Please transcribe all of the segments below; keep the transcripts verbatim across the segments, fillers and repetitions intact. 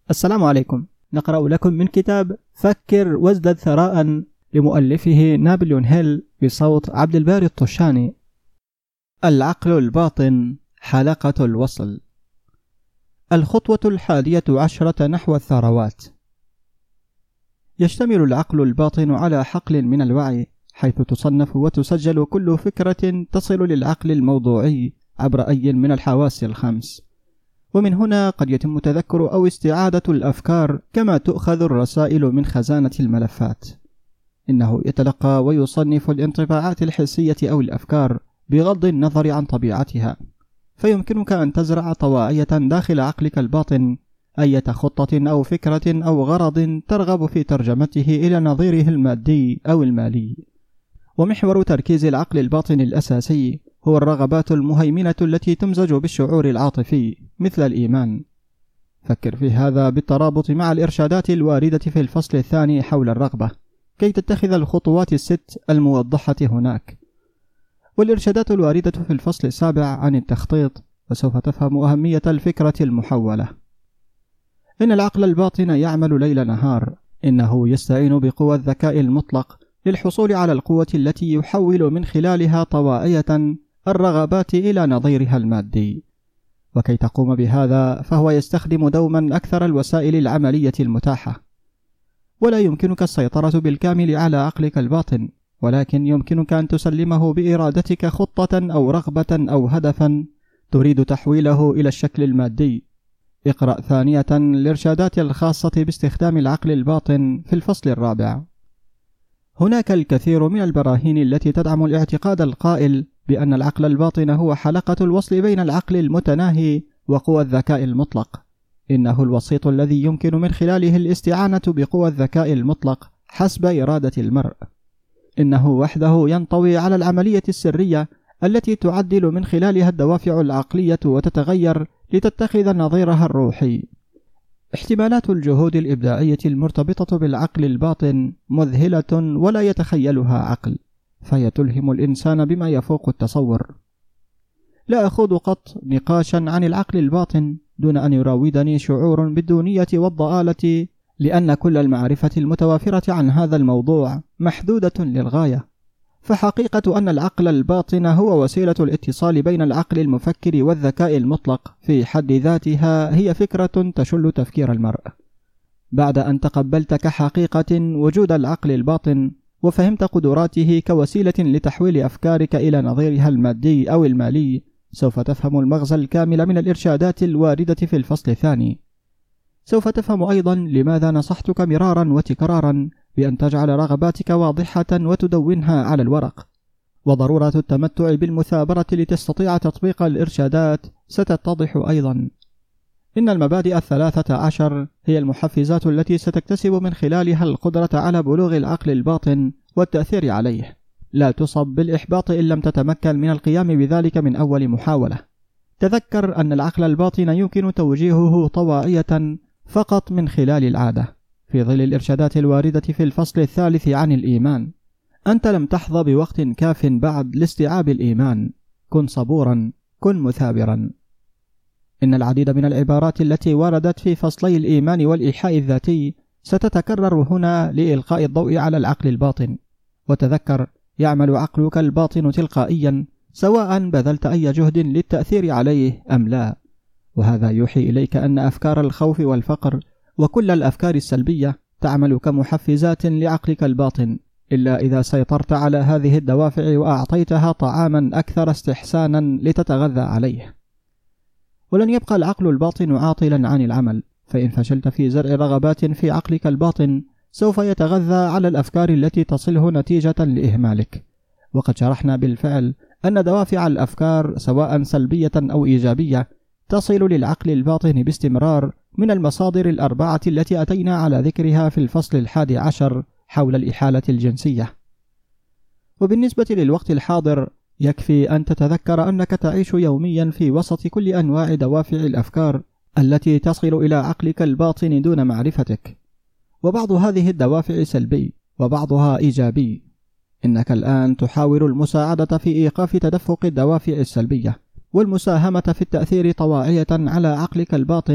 السلام عليكم. نقرأ لكم من كتاب فكر وازدد ثراء لمؤلفه نابليون هيل بصوت عبد الباري الطشاني. العقل الباطن، حلقة الوصل. الخطوة الحادية عشرة نحو الثروات. يشتمل العقل الباطن على حقل من الوعي، حيث تصنف وتسجل كل فكرة تصل للعقل الموضوعي عبر أي من الحواس الخمس، ومن هنا قد يتم تذكر أو استعادة الأفكار كما تؤخذ الرسائل من خزانة الملفات. إنه يتلقى ويصنف الانطباعات الحسية أو الأفكار بغض النظر عن طبيعتها، فيمكنك أن تزرع طواعية داخل عقلك الباطن أي خطة أو فكرة أو غرض ترغب في ترجمته إلى نظيره المادي أو المالي. ومحور تركيز العقل الباطن الأساسي هو الرغبات المهيمنة التي تمزج بالشعور العاطفي مثل الإيمان. فكر في هذا بالترابط مع الإرشادات الواردة في الفصل الثاني حول الرغبة كي تتخذ الخطوات الست الموضحة هناك، والإرشادات الواردة في الفصل السابع عن التخطيط، وسوف تفهم أهمية الفكرة المحولة. إن العقل الباطن يعمل ليل نهار، إنه يستعين بقوى الذكاء المطلق للحصول على القوة التي يحول من خلالها طواعية الرغبات إلى نظيرها المادي، وكي تقوم بهذا فهو يستخدم دوما أكثر الوسائل العملية المتاحة. ولا يمكنك السيطرة بالكامل على عقلك الباطن، ولكن يمكنك أن تسلمه بإرادتك خطة أو رغبة أو هدفا تريد تحويله إلى الشكل المادي. اقرأ ثانية الإرشادات الخاصة باستخدام العقل الباطن في الفصل الرابع. هناك الكثير من البراهين التي تدعم الاعتقاد القائل بأن العقل الباطن هو حلقة الوصل بين العقل المتناهي وقوى الذكاء المطلق. إنه الوسيط الذي يمكن من خلاله الاستعانة بقوى الذكاء المطلق حسب إرادة المرء. إنه وحده ينطوي على العملية السرية التي تعدل من خلالها الدوافع العقلية وتتغير لتتخذ نظيرها الروحي. احتمالات الجهود الإبداعية المرتبطة بالعقل الباطن مذهلة ولا يتخيلها عقل، فهي تلهم الإنسان بما يفوق التصور. لا أخوض قط نقاشا عن العقل الباطن دون أن يراودني شعور بالدونية والضآلة، لأن كل المعرفة المتوافرة عن هذا الموضوع محدودة للغاية. فحقيقة أن العقل الباطن هو وسيلة الاتصال بين العقل المفكر والذكاء المطلق في حد ذاتها هي فكرة تشل تفكير المرء. بعد أن تقبلت كحقيقة وجود العقل الباطن وفهمت قدراته كوسيلة لتحويل أفكارك إلى نظيرها المادي أو المالي، سوف تفهم المغزى الكامل من الإرشادات الواردة في الفصل الثاني. سوف تفهم أيضا لماذا نصحتك مرارا وتكرارا بأن تجعل رغباتك واضحة وتدونها على الورق، وضرورة التمتع بالمثابرة لتستطيع تطبيق الإرشادات ستتضح أيضا. إن المبادئ الثلاثة عشر هي المحفزات التي ستكتسب من خلالها القدرة على بلوغ العقل الباطن والتأثير عليه. لا تصب بالإحباط إن لم تتمكن من القيام بذلك من أول محاولة. تذكر أن العقل الباطن يمكن توجيهه طواعية فقط من خلال العادة. في ظل الإرشادات الواردة في الفصل الثالث عن الإيمان، أنت لم تحظى بوقت كاف بعد لاستيعاب الإيمان. كن صبورا، كن مثابرا. إن العديد من العبارات التي وردت في فصلي الإيمان والإيحاء الذاتي ستتكرر هنا لإلقاء الضوء على العقل الباطن. وتذكر، يعمل عقلك الباطن تلقائيا سواء بذلت أي جهد للتأثير عليه أم لا. وهذا يوحي إليك أن أفكار الخوف والفقر وكل الأفكار السلبية تعمل كمحفزات لعقلك الباطن، إلا إذا سيطرت على هذه الدوافع وأعطيتها طعاما أكثر استحسانا لتتغذى عليه. ولن يبقى العقل الباطن عاطلا عن العمل، فإن فشلت في زرع رغبات في عقلك الباطن سوف يتغذى على الأفكار التي تصله نتيجة لإهمالك. وقد شرحنا بالفعل أن دوافع الأفكار سواء سلبية أو إيجابية تصل للعقل الباطن باستمرار من المصادر الأربعة التي أتينا على ذكرها في الفصل الحادي عشر حول الإحالة الجنسية. وبالنسبة للوقت الحاضر يكفي أن تتذكر أنك تعيش يوميا في وسط كل أنواع دوافع الأفكار التي تصل إلى عقلك الباطن دون معرفتك، وبعض هذه الدوافع سلبي وبعضها إيجابي. إنك الآن تحاول المساعدة في إيقاف تدفق الدوافع السلبية والمساهمة في التأثير طواعية على عقلك الباطن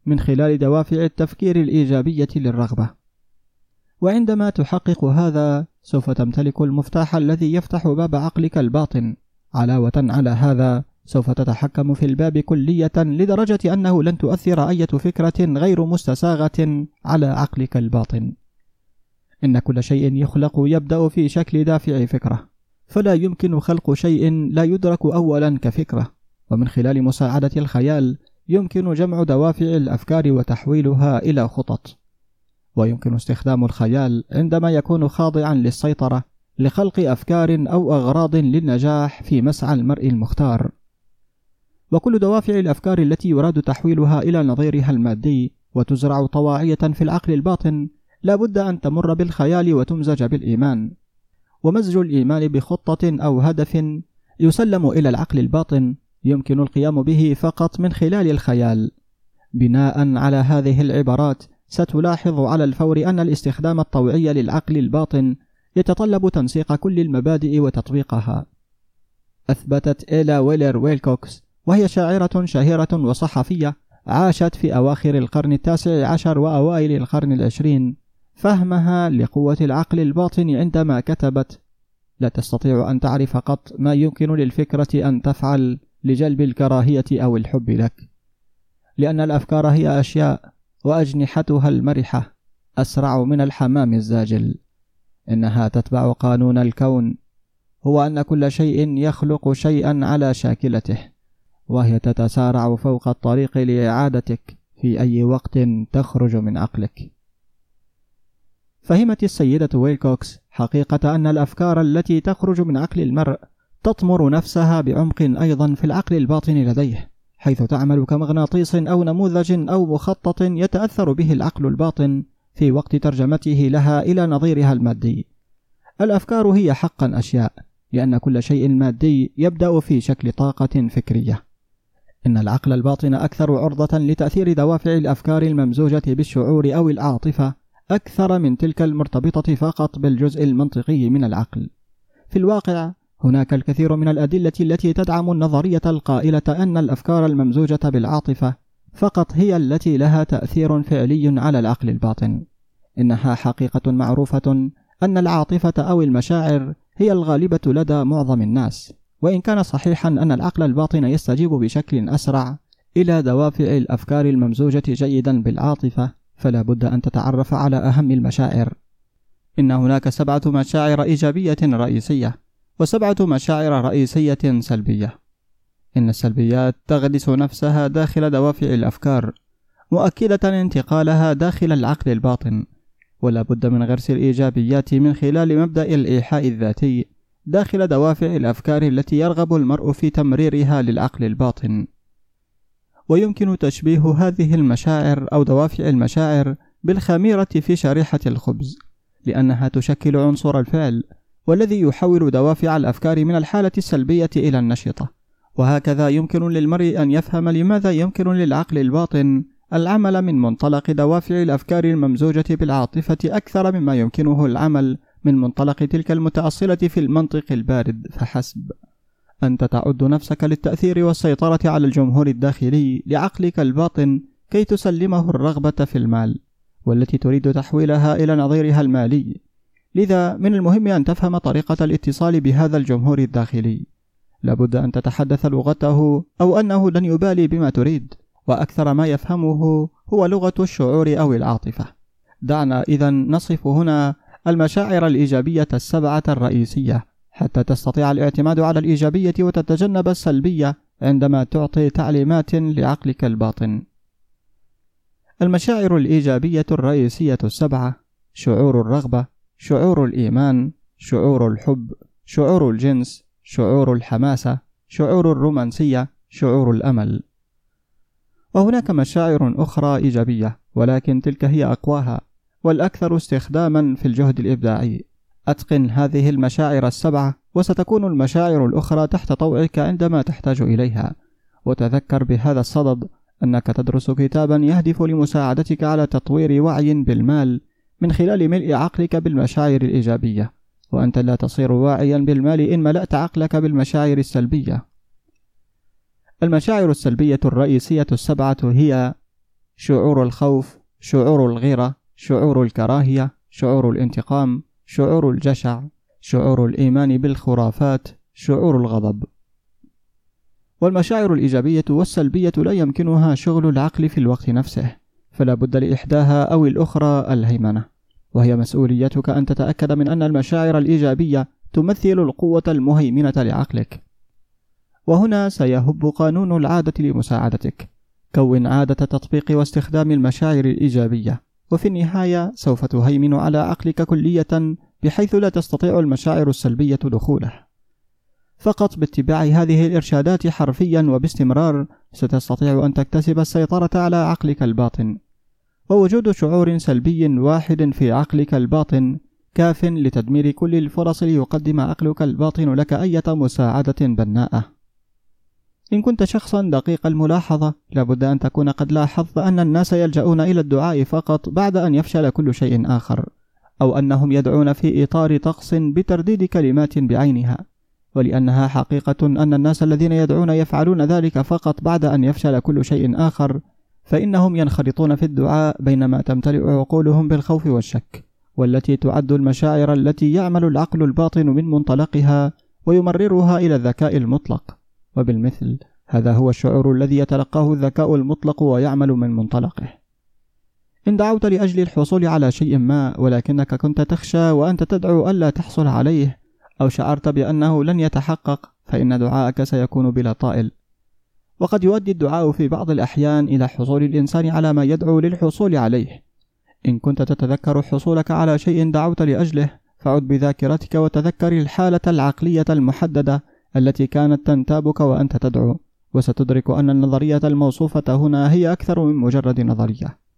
من خلال دوافع التفكير الإيجابية للرغبة. وعندما تحقق هذا سوف تمتلك المفتاح الذي يفتح باب عقلك الباطن. علاوة على هذا سوف تتحكم في الباب كلية لدرجة أنه لن تؤثر أي فكرة غير مستساغة على عقلك الباطن. إن كل شيء يخلق يبدأ في شكل دافع فكرة، فلا يمكن خلق شيء لا يدرك أولا كفكرة، ومن خلال مساعدة الخيال يمكن جمع دوافع الأفكار وتحويلها إلى خطط. ويمكن استخدام الخيال عندما يكون خاضعا للسيطرة لخلق أفكار أو أغراض للنجاح في مسعى المرء المختار. وكل دوافع الأفكار التي يراد تحويلها إلى نظيرها المادي وتزرع طواعية في العقل الباطن لا بد أن تمر بالخيال وتمزج بالإيمان. ومزج الإيمان بخطة أو هدف يسلم إلى العقل الباطن يمكن القيام به فقط من خلال الخيال. بناء على هذه العبارات ستلاحظ على الفور أن الاستخدام الطوعي للعقل الباطن يتطلب تنسيق كل المبادئ وتطبيقها. أثبتت إيلا ويلر ويلكوكس، وهي شاعرة شهيرة وصحفية عاشت في أواخر القرن التاسع عشر وأوائل القرن العشرين، فهمها لقوة العقل الباطن عندما كتبت: لا تستطيع أن تعرف قط ما يمكن للفكرة أن تفعل لجلب الكراهية أو الحب لك، لأن الأفكار هي أشياء وأجنحتها المرحة أسرع من الحمام الزاجل. إنها تتبع قانون الكون، هو أن كل شيء يخلق شيئا على شاكلته، وهي تتسارع فوق الطريق لإعادتك في أي وقت تخرج من عقلك. فهمت السيدة ويلكوكس حقيقة أن الأفكار التي تخرج من عقل المرء تطمر نفسها بعمق أيضا في العقل الباطن لديه، حيث تعمل كمغناطيس أو نموذج أو مخطط يتأثر به العقل الباطن في وقت ترجمته لها إلى نظيرها المادي. الأفكار هي حقا أشياء، لأن كل شيء مادي يبدأ في شكل طاقة فكرية. إن العقل الباطن أكثر عرضة لتأثير دوافع الأفكار الممزوجة بالشعور أو العاطفة أكثر من تلك المرتبطة فقط بالجزء المنطقي من العقل. في الواقع هناك الكثير من الأدلة التي تدعم النظرية القائلة أن الأفكار الممزوجة بالعاطفة فقط هي التي لها تأثير فعلي على العقل الباطن. إنها حقيقة معروفة أن العاطفة أو المشاعر هي الغالبة لدى معظم الناس، وإن كان صحيحا أن العقل الباطن يستجيب بشكل أسرع إلى دوافع الأفكار الممزوجة جيدا بالعاطفة، فلا بد أن تتعرف على أهم المشاعر. إن هناك سبعة مشاعر إيجابية رئيسية وسبعة مشاعر رئيسية سلبية. إن السلبيات تغرس نفسها داخل دوافع الأفكار، مؤكدة انتقالها داخل العقل الباطن، ولا بد من غرس الإيجابيات من خلال مبدأ الإيحاء الذاتي داخل دوافع الأفكار التي يرغب المرء في تمريرها للعقل الباطن. ويمكن تشبيه هذه المشاعر أو دوافع المشاعر بالخميرة في شريحة الخبز، لأنها تشكل عنصر الفعل والذي يحول دوافع الأفكار من الحالة السلبية إلى النشطة. وهكذا يمكن للمرء أن يفهم لماذا يمكن للعقل الباطن العمل من منطلق دوافع الأفكار الممزوجة بالعاطفة أكثر مما يمكنه العمل من منطلق تلك المتأصلة في المنطق البارد فحسب. أنت تعد نفسك للتأثير والسيطرة على الجمهور الداخلي لعقلك الباطن كي تسلمه الرغبة في المال، والتي تريد تحويلها إلى نظيرها المالي. لذا من المهم أن تفهم طريقة الاتصال بهذا الجمهور الداخلي. لابد أن تتحدث لغته أو أنه لن يبالي بما تريد، وأكثر ما يفهمه هو لغة الشعور أو العاطفة. دعنا إذن نصف هنا المشاعر الإيجابية السبعة الرئيسية حتى تستطيع الاعتماد على الإيجابية وتتجنب السلبية عندما تعطي تعليمات لعقلك الباطن. المشاعر الإيجابية الرئيسية السبعة: شعور الرغبة، شعور الإيمان، شعور الحب، شعور الجنس، شعور الحماسة، شعور الرومانسية، شعور الأمل. وهناك مشاعر أخرى إيجابية، ولكن تلك هي أقواها والأكثر استخداما في الجهد الإبداعي. أتقن هذه المشاعر السبعة وستكون المشاعر الأخرى تحت طوعك عندما تحتاج إليها. وتذكر بهذا الصدد أنك تدرس كتابا يهدف لمساعدتك على تطوير وعي بالمال من خلال ملء عقلك بالمشاعر الإيجابية، وأنت لا تصير واعيا بالمال إن ملأت عقلك بالمشاعر السلبية. المشاعر السلبية الرئيسية السبعة هي شعور الخوف، شعور الغيرة، شعور الكراهية، شعور الانتقام، شعور الجشع، شعور الإيمان بالخرافات، شعور الغضب. والمشاعر الإيجابية والسلبية لا يمكنها شغل العقل في الوقت نفسه، فلا بد لإحداها أو الأخرى الهيمنة، وهي مسؤوليتك أن تتأكد من أن المشاعر الإيجابية تمثل القوة المهيمنة لعقلك. وهنا سيهب قانون العادة لمساعدتك. كون عادة تطبيق واستخدام المشاعر الإيجابية، وفي النهاية سوف تهيمن على عقلك كلية بحيث لا تستطيع المشاعر السلبية دخوله. فقط باتباع هذه الإرشادات حرفيا وباستمرار ستستطيع أن تكتسب السيطرة على عقلك الباطن. ووجود شعور سلبي واحد في عقلك الباطن كاف لتدمير كل الفرص ليقدم عقلك الباطن لك أي مساعدة بناءة. إن كنت شخصا دقيق الملاحظة، لابد أن تكون قد لاحظت أن الناس يلجؤون إلى الدعاء فقط بعد أن يفشل كل شيء آخر، أو أنهم يدعون في إطار طقس بترديد كلمات بعينها، ولأنها حقيقة أن الناس الذين يدعون يفعلون ذلك فقط بعد أن يفشل كل شيء آخر، فإنهم ينخرطون في الدعاء بينما تمتلئ عقولهم بالخوف والشك، والتي تعد المشاعر التي يعمل العقل الباطن من منطلقها ويمررها إلى الذكاء المطلق. وبالمثل هذا هو الشعور الذي يتلقاه الذكاء المطلق ويعمل من منطلقه. إن دعوت لأجل الحصول على شيء ما ولكنك كنت تخشى وأنت تدعو ألا تحصل عليه، أو شعرت بأنه لن يتحقق، فإن دعاءك سيكون بلا طائل. وقد يؤدي الدعاء في بعض الأحيان إلى حصول الإنسان على ما يدعو للحصول عليه. إن كنت تتذكر حصولك على شيء دعوت لأجله، فعد بذاكرتك وتذكر الحالة العقلية المحددة التي كانت تنتابك وأنت تدعو، وستدرك أن النظرية الموصوفة هنا هي أكثر من مجرد نظرية.